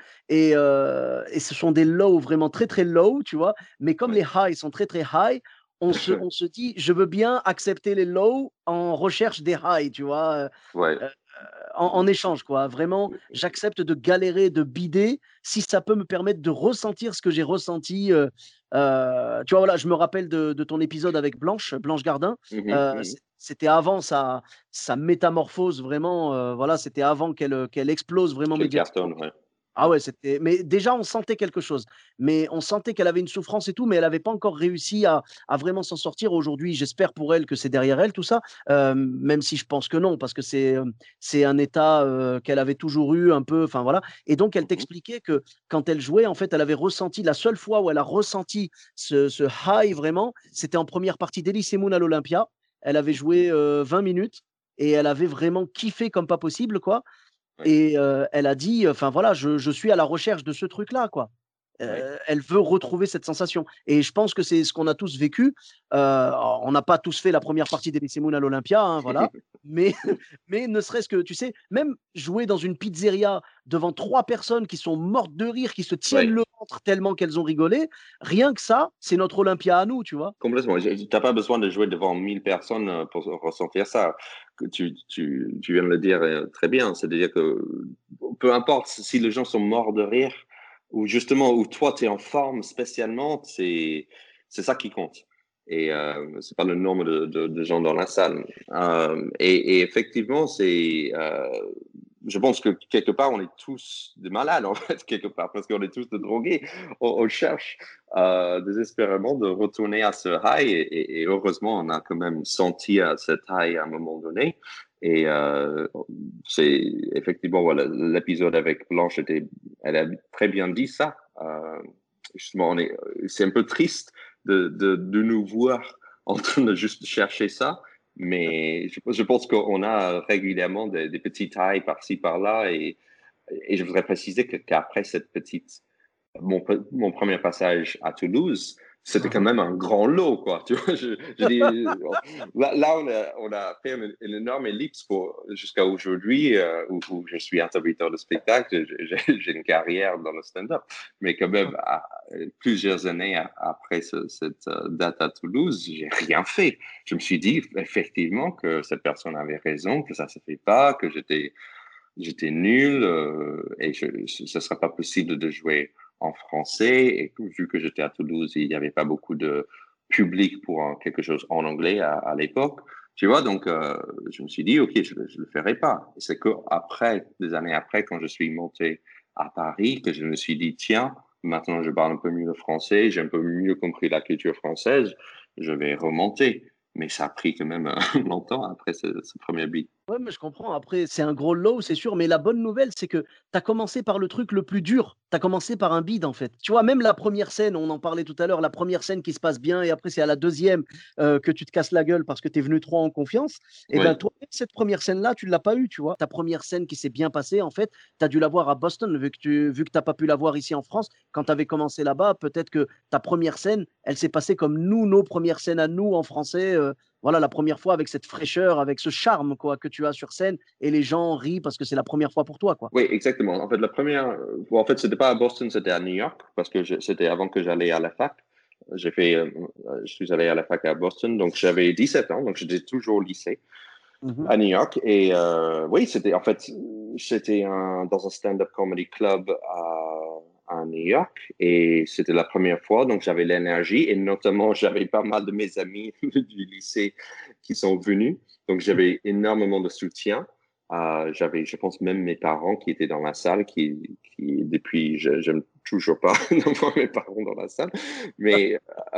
Et ce sont des lows vraiment très, très low, tu vois? Mais comme Ouais. les highs sont très, très high, on se dit: «Je veux bien accepter les lows en recherche des highs», tu vois? Ouais. Heu, en échange, quoi. Vraiment, j'accepte de galérer, de bider, si ça peut me permettre de ressentir ce que j'ai ressenti, tu vois? Voilà, je me rappelle de ton épisode avec Blanche Gardin. Mhm, mhm. C'était avant sa métamorphose vraiment, voilà, c'était avant qu'elle explose vraiment Quel médiatiquement. carton, ouais. Ah ouais, mais déjà on sentait quelque chose. Mais on sentait qu'elle avait une souffrance et tout, mais elle avait pas encore réussi à vraiment s'en sortir. Aujourd'hui, j'espère pour elle que c'est derrière elle tout ça, même si je pense que non, parce que c'est un état, qu'elle avait toujours eu un peu, enfin voilà. Et donc elle Mhm. t'expliquait que quand elle jouait, en fait, elle avait ressenti la seule fois où elle a ressenti ce high vraiment, c'était en première partie d'Elysée Moon à l'Olympia. Elle avait joué, 20 minutes et elle avait vraiment kiffé comme pas possible, quoi. Ouais, Et elle a dit, enfin voilà: «Je suis à la recherche de ce truc-là, quoi». ouais. Elle veut retrouver cette sensation et je pense que c'est ce qu'on a tous vécu. On n'a pas tous fait la première partie d'Elysée Moon à l'Olympia, hein, voilà, mais mais ne serait-ce que, tu sais, même jouer dans une pizzeria devant 3 personnes qui sont mortes de rire, qui se tiennent Ouais. le ventre tellement qu'elles ont rigolé, rien que ça, c'est notre Olympia à nous, tu vois? Complètement. Tu n'as pas besoin de jouer devant 1000 personnes pour ressentir ça. Que tu viens de le dire très bien. C'est-à-dire que peu importe si les gens sont morts de rire ou justement, où toi, tu es en forme spécialement, c'est ça qui compte. Et c'est pas le nombre de gens dans la salle. Et effectivement, je pense que quelque part, on est tous des malades, en fait, quelque part, parce qu'on est tous des drogués. On cherche désespérément de retourner à ce high et heureusement, on a quand même senti à cette high à un moment donné. Et c'est effectivement, voilà, l'épisode avec Blanche elle a très bien dit ça. Justement, c'est un peu triste de nous voir en train de juste chercher ça. Mais je pense qu'on a régulièrement des petites highs par-ci, par-là. Et je voudrais préciser qu'après cette petite mon premier passage à Toulouse, c'était quand même un grand lot, quoi. Tu vois, je dis, là on a fait une énorme ellipse jusqu'à aujourd'hui où je suis intervieweur de spectacle. J'ai une carrière dans le stand-up, mais quand même, plusieurs années après cette date à Toulouse, j'ai rien fait. Je me suis dit effectivement que cette personne avait raison, que ça se fait pas, que j'étais nul et ce ne sera pas possible de jouer en français. Et vu que j'étais à Toulouse, il n'y avait pas beaucoup de public pour quelque chose en anglais à l'époque. Tu vois, donc je me suis dit, OK, je le ferai pas. Et c'est que après, des années après, quand je suis monté à Paris, que je me suis dit, tiens, maintenant je parle un peu mieux le français, j'ai un peu mieux compris la culture française, je vais remonter. Mais ça a pris quand même longtemps après ce premier beat. Ouais, mais je comprends. Après, c'est un gros low, c'est sûr. Mais la bonne nouvelle, c'est que tu as commencé par le truc le plus dur. Tu as commencé par un bide, en fait. Tu vois, même la première scène, on en parlait tout à l'heure, la première scène qui se passe bien, et après, c'est à la deuxième que tu te casses la gueule parce que tu es venu trop en confiance. Et Oui, ben, toi, cette première scène-là, tu ne l'as pas eue, tu vois. Ta première scène qui s'est bien passée, en fait, tu as dû la voir à Boston, vu que tu n'as pas pu la voir ici en France. Quand tu avais commencé là-bas, peut-être que ta première scène, elle s'est passée comme nous, nos premières scènes à nous en français. Voilà, la première fois avec cette fraîcheur, avec ce charme quoi, que tu as sur scène et les gens rient parce que c'est la première fois pour toi. Quoi. oui, exactement. En fait, la première, en fait, c'était pas à Boston, c'était à New York, parce que c'était avant que j'allais à la fac. Je suis allé à la fac à Boston, donc j'avais 17 ans, donc j'étais toujours au lycée Mhm. à New York. Et oui, en fait, dans un stand-up comedy club à New York, et c'était la première fois, donc j'avais l'énergie, et notamment, j'avais pas mal de mes amis du lycée qui sont venus, donc j'avais énormément de soutien. J'avais, je pense, même mes parents qui étaient dans la salle, qui depuis, j'aime toujours pas voir mes parents dans la salle, mais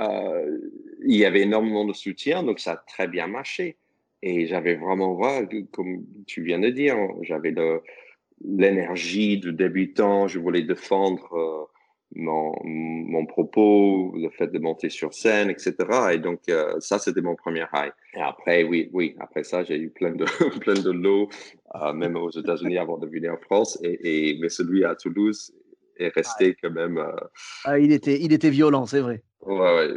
il y avait énormément de soutien, donc ça a très bien marché. Et j'avais vraiment, voilà, comme tu viens de dire, j'avais l'énergie de débutant, je voulais défendre mon propos, le fait de monter sur scène, etc. Et donc, ça, c'était mon premier high. Et après, oui, après ça, j'ai eu plein de, plein de lows, même aux États-Unis avant de venir en France. Mais celui à Toulouse est Ah, resté quand même. il était violent, c'est vrai. Ouais.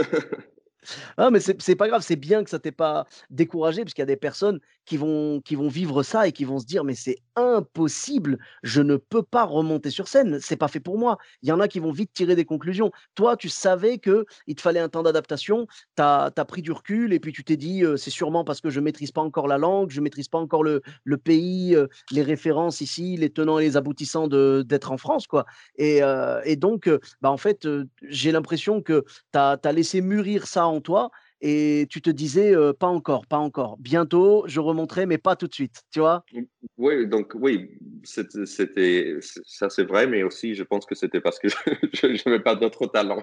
Ah, mais c'est pas grave, c'est bien que ça t'ait pas découragé, parce qu'il y a des personnes qui vont vivre ça et qui vont se dire: «Mais c'est impossible, je ne peux pas remonter sur scène, c'est pas fait pour moi». Il y en a qui vont vite tirer des conclusions. Toi, tu savais qu'il te fallait un temps d'adaptation, tu as pris du recul et puis tu t'es dit: «C'est sûrement parce que je maîtrise pas encore la langue, je maîtrise pas encore le pays, les références ici, les tenants et les aboutissants d'être en France, quoi». Et donc, bah, en fait, j'ai l'impression que tu as laissé mûrir ça en toi et tu te disais, pas encore, pas encore. Bientôt, je remonterai, mais pas tout de suite», tu vois? Oui, donc oui, ça c'est vrai, mais aussi je pense que c'était parce que je n'avais pas d'autre talent.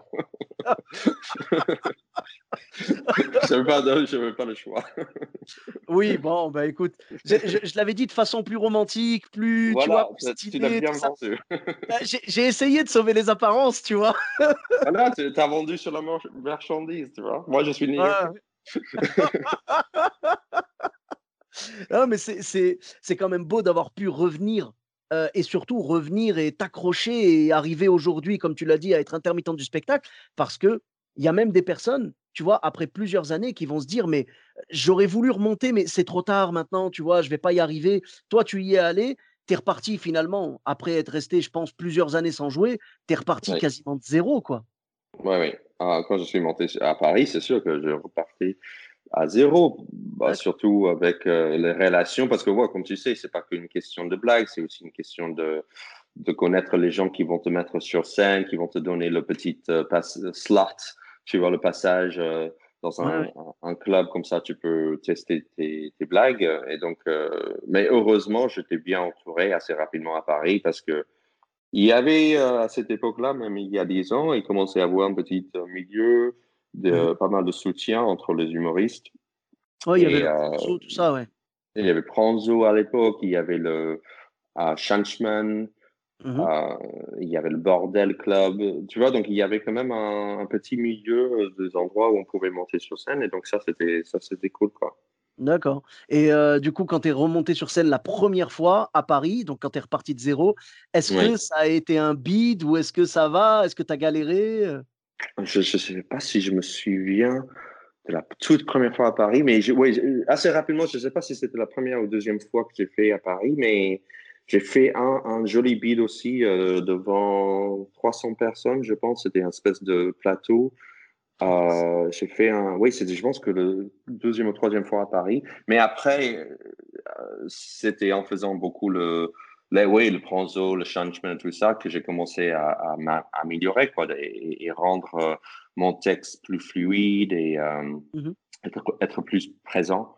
J'avais pas le choix. Oui, bon, bah, écoute, je l'avais dit de façon plus romantique, plus, tu vois, Voilà, plus tu l'as stylée, bien tout ça. vendu. Bah, j'ai essayé de sauver les apparences, tu vois? Voilà, tu as vendu sur la marchandise, tu vois. Moi, je suis Ouais. New-Yorkais. Non, mais c'est quand même beau d'avoir pu revenir, et surtout revenir et t'accrocher et arriver aujourd'hui, comme tu l'as dit, à être intermittente du spectacle. Parce qu'il y a même des personnes, tu vois, après plusieurs années qui vont se dire: «Mais j'aurais voulu remonter, mais c'est trop tard maintenant, tu vois? Je vais pas y arriver». Toi, tu y es allé, tu es reparti finalement, après être resté, je pense, plusieurs années sans jouer, tu es reparti Oui, quasiment de zéro, quoi. oui. Quand je suis monté à Paris, c'est sûr que je repartais à zéro, bah, D'accord. surtout avec les relations, parce que ouais, comme tu sais, c'est pas qu'une question de blague, c'est aussi une question de connaître les gens qui vont te mettre sur scène, qui vont te donner le petit slot, tu vois, le passage dans Ouais, ouais. un club comme ça, tu peux tester tes blagues. Et donc, mais heureusement, j'étais bien entouré assez rapidement à Paris parce que il y avait à cette époque-là, même il y a 10 ans, il commençait à avoir un petit milieu Mmh. de pas mal de soutien entre les humoristes. Ouais, il y avait Et le Pranzo, tout ça, ouais. il y avait Pranzo à l'époque, il y avait le Chanchman, Mmh. euh, il y avait le Bordel Club, tu vois, donc il y avait quand même un petit milieu des endroits où on pouvait monter sur scène, et donc ça c'était cool, quoi. D'accord et du coup, quand tu es remonté sur scène la première fois à Paris, donc quand tu es reparti de zéro, est-ce Oui. que ça a été un bide ou est-ce que ça va? Est-ce que tu as galéré, Je sais pas si je me souviens de la toute première fois à Paris, mais ouais, assez rapidement, je sais pas si c'était la première ou deuxième fois que j'ai fait à Paris, mais j'ai fait un joli bid aussi devant 300 personnes, je pense. C'était un espèce de plateau. J'ai fait oui, c'était, je pense que le deuxième ou troisième fois à Paris. Mais après, c'était en faisant beaucoup oui, le pranzo, le changement, tout ça, que j'ai commencé à améliorer, quoi, et rendre mon texte plus fluide et Mhm. être plus présent.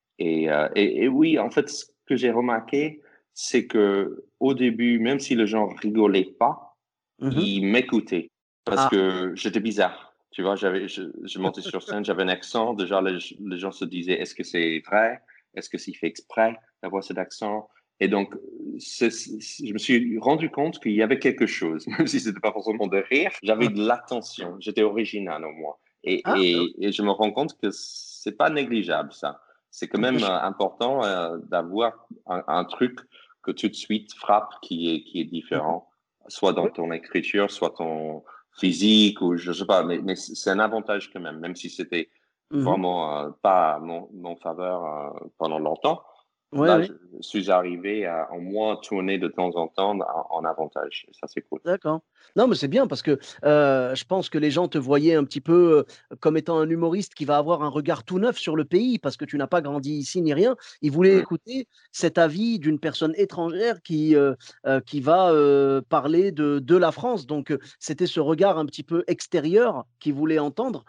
Et oui, en fait, ce que j'ai remarqué, c'est que au début, même si les gens rigolaient pas, Mhm. ils m'écoutaient parce Ah, que j'étais bizarre. Tu vois, je montais sur scène, j'avais un accent. Déjà, les gens se disaient, est-ce que c'est vrai? Est-ce que c'est fait exprès d'avoir cet accent? Et donc, je me suis rendu compte qu'il y avait quelque chose, même si c'était pas forcément de rire. J'avais de l'attention. J'étais original au moins. Et, ah, et je me rends compte que c'est pas négligeable, ça. C'est quand bah, même important d'avoir un truc que tout de suite frappe qui est mhm. différent, soit dans Oui. ton écriture, soit ton physique, ou je sais pas, mais c'est un avantage quand même, même si c'était Mhm. vraiment pas mon faveur pendant longtemps. Ouais, Là, ouais. je suis arrivé à au moins tourner de temps en temps en avantage. Et ça, c'est cool. D'accord. Non, mais c'est bien parce que je pense que les gens te voyaient un petit peu comme étant un humoriste qui va avoir un regard tout neuf sur le pays parce que tu n'as pas grandi ici ni rien. Ils voulaient Mm. écouter cet avis d'une personne étrangère qui va parler de la France. Donc, c'était ce regard un petit peu extérieur qu'ils voulaient entendre.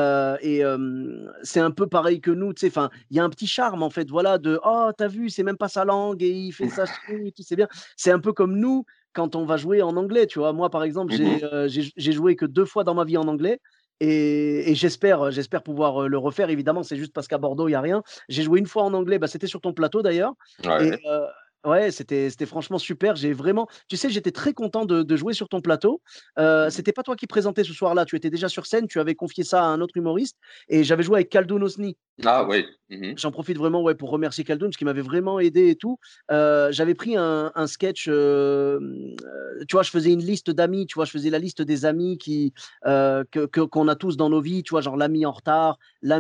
C'est un peu pareil que nous. Tu sais, enfin, il y a un petit charme en fait, voilà, de oh, t'as vu, c'est même pas sa langue et il fait ça, et tout, c'est bien. C'est un peu comme nous quand on va jouer en anglais, tu vois? Moi, par exemple, Mhm. j'ai joué que 2 fois dans ma vie en anglais et j'espère pouvoir, le refaire évidemment, c'est juste parce qu'à Bordeaux, il y a rien. J'ai joué une fois en anglais, bah, c'était sur ton plateau d'ailleurs et Ouais. ouais, c'était franchement super. J'ai vraiment tu sais, j'étais très content de jouer sur ton plateau. Mhm. C'était pas toi qui présentais ce soir-là, tu étais déjà sur scène, tu avais confié ça à un autre humoriste et j'avais joué avec Khaldoun Osni. Ah oui. Mhm. J'en profite vraiment, ouais, pour remercier Khaldoun parce qu'il m'avait vraiment aidé et tout. J'avais pris un sketch, tu vois, je faisais une liste d'amis, tu vois, je faisais la liste des amis qu'on a tous dans nos vies, tu vois, genre l'ami en retard,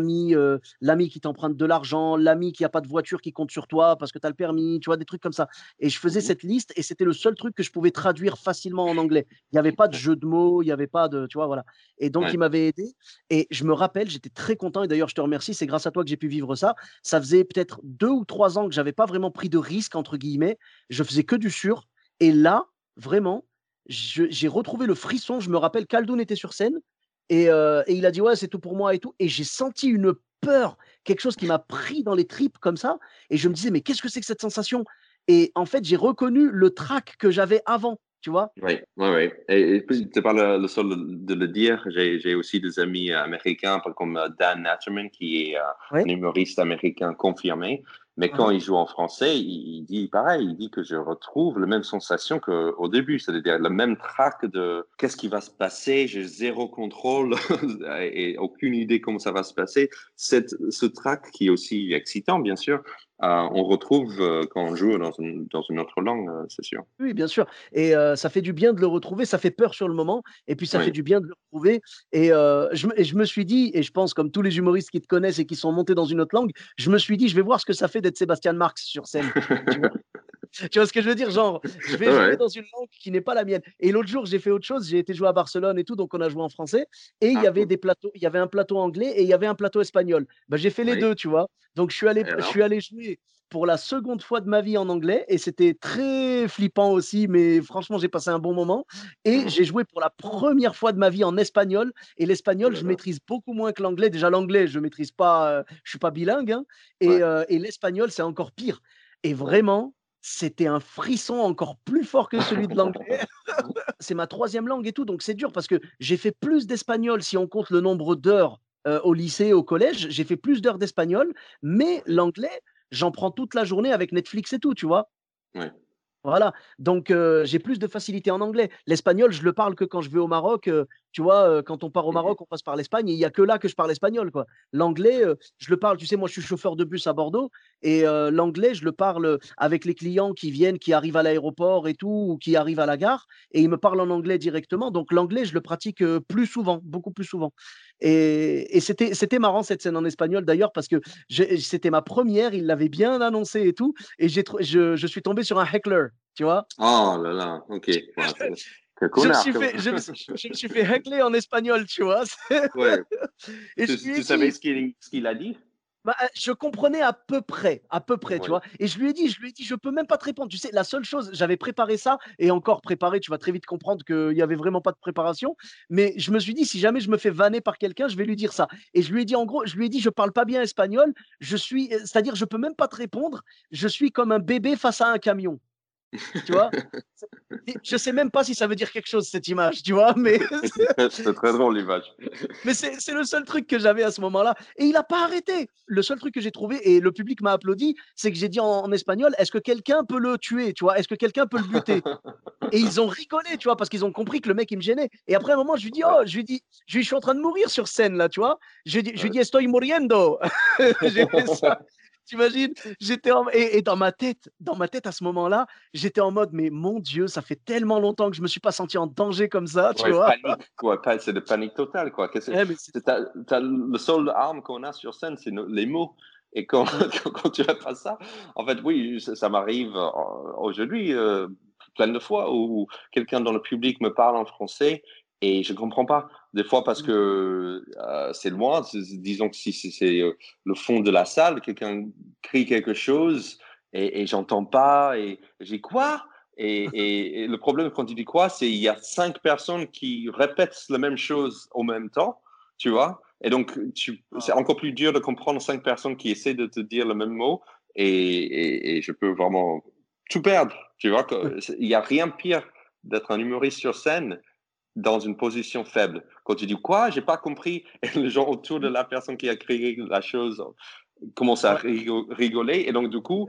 l'ami qui t'emprunte de l'argent, l'ami qui a pas de voiture qui compte sur toi parce que tu as le permis, tu vois, des trucs comme ça. Et je faisais Mhm. cette liste et c'était le seul truc que je pouvais traduire facilement en anglais. Il n'y avait pas de jeu de mots, il n'y avait pas de, tu vois, voilà. Et donc, Ouais. il m'avait aidé. Et je me rappelle, j'étais très content. Et d'ailleurs, je te remercie. C'est grâce à toi que j'ai pu vivre ça. Ça faisait peut-être 2 ou 3 ans que j'avais pas vraiment pris de risque, entre guillemets. Je faisais que du sûr. Et là, vraiment, j'ai retrouvé le frisson. Je me rappelle, Khaldoun était sur scène et il a dit ouais, c'est tout pour moi et tout. Et j'ai senti une peur, quelque chose qui m'a pris dans les tripes comme ça. Et je me disais, mais qu'est-ce que c'est que cette sensation? Et en fait, j'ai reconnu le trac que j'avais avant, tu vois? Oui, oui, oui. Et puis, t'es pas le seul de le dire. J'ai aussi des amis américains, comme Dan Natterman, qui est un Ouais. humoriste américain confirmé. Mais quand Uhum. il joue en français, il dit pareil. Il dit que je retrouve la même sensation qu'au début, c'est-à-dire le même trac de qu'est-ce qui va se passer. J'ai zéro contrôle et aucune idée comment ça va se passer. Ce trac qui est aussi excitant, bien sûr, on retrouve quand on joue dans une autre langue, c'est sûr. Oui, bien sûr et ça fait du bien de le retrouver. Ça fait peur sur le moment et puis ça fait Oui. du bien de le retrouver et je me suis dit et je pense comme tous les humoristes qui te connaissent et qui sont montés dans une autre langue, je me suis dit: «Je vais voir ce que ça fait d'être Sébastien Marx sur scène». Tu vois? Tu vois ce que je veux dire? Genre, je vais jouer Ouais. dans une langue qui n'est pas la mienne et l'autre jour, j'ai fait autre chose, j'ai été jouer à Barcelone et tout, donc on a joué en français et Ah, cool. il y avait un plateau anglais et il y avait un plateau espagnol. Bah, j'ai fait les Oui. 2, tu vois? Donc Et je alors? suis allé jouer pour la seconde fois de ma vie en anglais et c'était très flippant aussi, mais franchement, j'ai passé un bon moment et Mhm. j'ai joué pour la première fois de ma vie en espagnol et Oh l'espagnol, là je là. maîtrise beaucoup moins que l'anglais. Déjà l'anglais, je maîtrise pas, je suis pas bilingue, hein Ouais, et l'espagnol, c'est encore pire et ouais. vraiment, c'était un frisson encore plus fort que celui de l'anglais. C'est ma troisième langue et tout, donc c'est dur parce que j'ai fait plus d'espagnol si on compte le nombre d'heures, au lycée, au collège, j'ai fait plus d'heures d'espagnol, mais Oui, l'anglais, j'en prends toute la journée avec Netflix et tout, tu vois? oui. Voilà, donc j'ai plus de facilité en anglais. L'espagnol, je le parle que quand je vais au Maroc, tu vois? Quand on part au Mhm. Maroc, on passe par l'Espagne et il y a que là que je parle espagnol, quoi. L'anglais, je le parle tu sais, moi, je suis chauffeur de bus à Bordeaux et l'anglais, je le parle, avec les clients qui viennent, qui arrivent à l'aéroport et tout ou qui arrivent à la gare et ils me parlent en anglais directement, donc l'anglais, je le pratique, plus souvent, beaucoup plus souvent et c'était marrant cette scène en espagnol d'ailleurs parce que c'était ma première. Il l'avait bien annoncé et tout et je suis tombé sur un heckler, tu vois? Oh là là, ok. Ouais, quel connard, quand même. Je me suis fait heckler en espagnol, tu vois? Ouais. Et je lui ai Tu savais dit ce qu'il a dit? Bah, je comprenais à peu près, tu Oui. vois? Et je lui ai dit: «Je peux même pas te répondre». Tu sais, la seule chose, j'avais préparé ça et encore préparé, tu vas très vite comprendre qu'il y avait vraiment pas de préparation. Mais je me suis dit: «Si jamais je me fais vanner par quelqu'un, je vais lui dire ça». Et je lui ai dit en gros, je lui ai dit: «Je parle pas bien espagnol, c'est-à-dire je peux même pas te répondre, je suis comme un bébé face à un camion». Tu vois? Et je sais même pas si ça veut dire quelque chose cette image, tu vois? Mais C'est très drôle l'image. Mais c'est le seul truc que j'avais à ce moment-là et il a pas arrêté. Le seul truc que j'ai trouvé et le public m'a applaudi, c'est que j'ai dit en espagnol: «Est-ce que quelqu'un peut le tuer?» tu vois? «Est-ce que quelqu'un peut le buter?» Et ils ont rigolé, tu vois? Parce qu'ils ont compris que le mec, il me gênait et après à un moment, je lui dis: Ouais, «Oh», je lui dis: «Je suis en train de mourir sur scène là», tu vois? Je lui ouais. dis: «Estoy muriendo». J'ai fait ça. Tu imagines? J'étais en et dans ma tête à ce moment-là, j'étais en mode: «Mais mon Dieu, ça fait tellement longtemps que je me suis pas senti en danger comme ça», tu Ouais, vois? panique, quoi. C'est de panique totale, quoi. Ouais, mais c'est Le seul arme qu'on a sur scène, c'est les mots. Et quand, ouais. quand tu as pas ça, en fait, oui, ça m'arrive aujourd'hui plein de fois où quelqu'un dans le public me parle en français et je comprends pas. Des fois parce Mmh. que c'est loin. Disons que si c'est le fond de la salle, quelqu'un crie quelque chose et j'entends pas et j'ai quoi? Et le problème quand tu dis quoi, c'est il y a 5 personnes qui répètent la même chose au même temps, tu vois? Et donc, c'est Ah. encore plus dur de comprendre 5 personnes qui essaient de te dire le même mot et je peux vraiment tout perdre, tu vois? Il n'y a rien de pire d'être un humoriste sur scène dans une position faible. Quand tu dis quoi, j'ai pas compris, et les gens autour de la personne qui a créé la chose commencent à Ouais. rigoler, et donc du coup,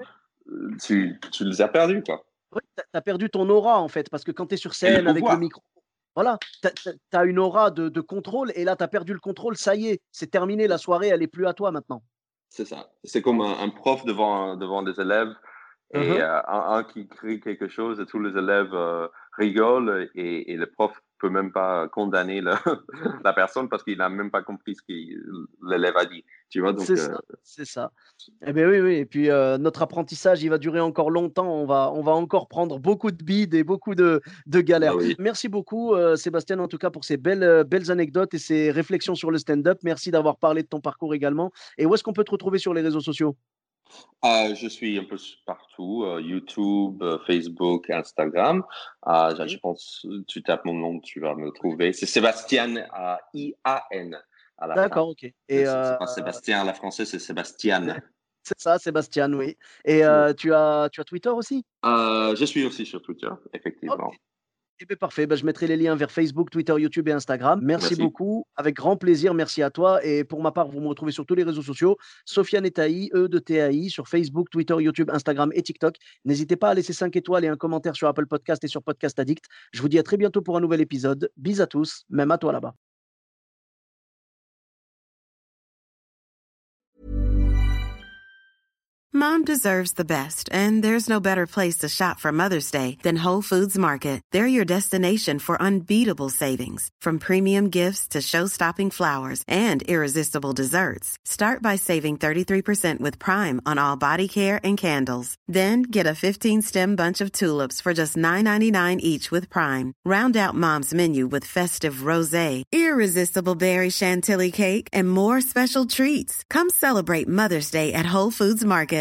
tu les as perdus, quoi. Ouais, tu as perdu ton aura, en fait, parce que quand tu es sur Et le scène avec le pouvoir. micro, voilà, tu as une aura de contrôle et là, tu as perdu le contrôle, ça y est, c'est terminé, la soirée, elle est plus à toi maintenant. C'est ça. C'est comme un prof devant des élèves Hein, et hein. un qui crie quelque chose et tous les élèves rigolent et le prof peut même pas condamner la personne parce qu'il n'a même pas compris ce que l'élève a dit. Tu vois, donc C'est ça, c'est ça. Eh beh, oui, oui et puis, notre apprentissage, il va durer encore longtemps. On va encore prendre beaucoup de bides et beaucoup de bah galères. oui. Merci beaucoup, Sébastien, en tout cas, pour ces belles anecdotes et ces réflexions sur le stand-up. Merci d'avoir parlé de ton parcours également et où est-ce qu'on peut te retrouver sur les réseaux sociaux? Je suis un peu partout, YouTube, Facebook, Instagram. Je OK. pense, tu tapes mon nom, tu vas me trouver. C'est Sébastien, I-A-N à la fin. D'accord, OK et C'est pas Sébastien à la française, c'est Sébastien. c'est ça, Sébastien, oui et Ouais. tu as Twitter aussi? Je suis aussi sur Twitter, OK. effectivement. Eh beh, parfait. Bah, je mettrai les liens vers Facebook, Twitter, YouTube et Instagram. Merci Merci. beaucoup. Avec grand plaisir. Merci à toi. Et pour ma part, vous me retrouvez sur tous les réseaux sociaux. Sofiane Taï, E de TAI, sur Facebook, Twitter, YouTube, Instagram et TikTok. N'hésitez pas à laisser 5 étoiles et un commentaire sur Apple Podcast et sur Podcast Addict. Je vous dis à très bientôt pour un nouvel épisode. Bis à tous, même à toi là-bas. Mom deserves the best, and there's no better place to shop for Mother's Day than Whole Foods Market. They're your destination for unbeatable savings, from premium gifts to show-stopping flowers and irresistible desserts. Start by saving 33% with Prime on all body care and candles. Then get a 15-stem bunch of tulips for just $9.99 each with Prime. Round out Mom's menu with festive rosé, irresistible berry chantilly cake, and more special treats. Come celebrate Mother's Day at Whole Foods Market.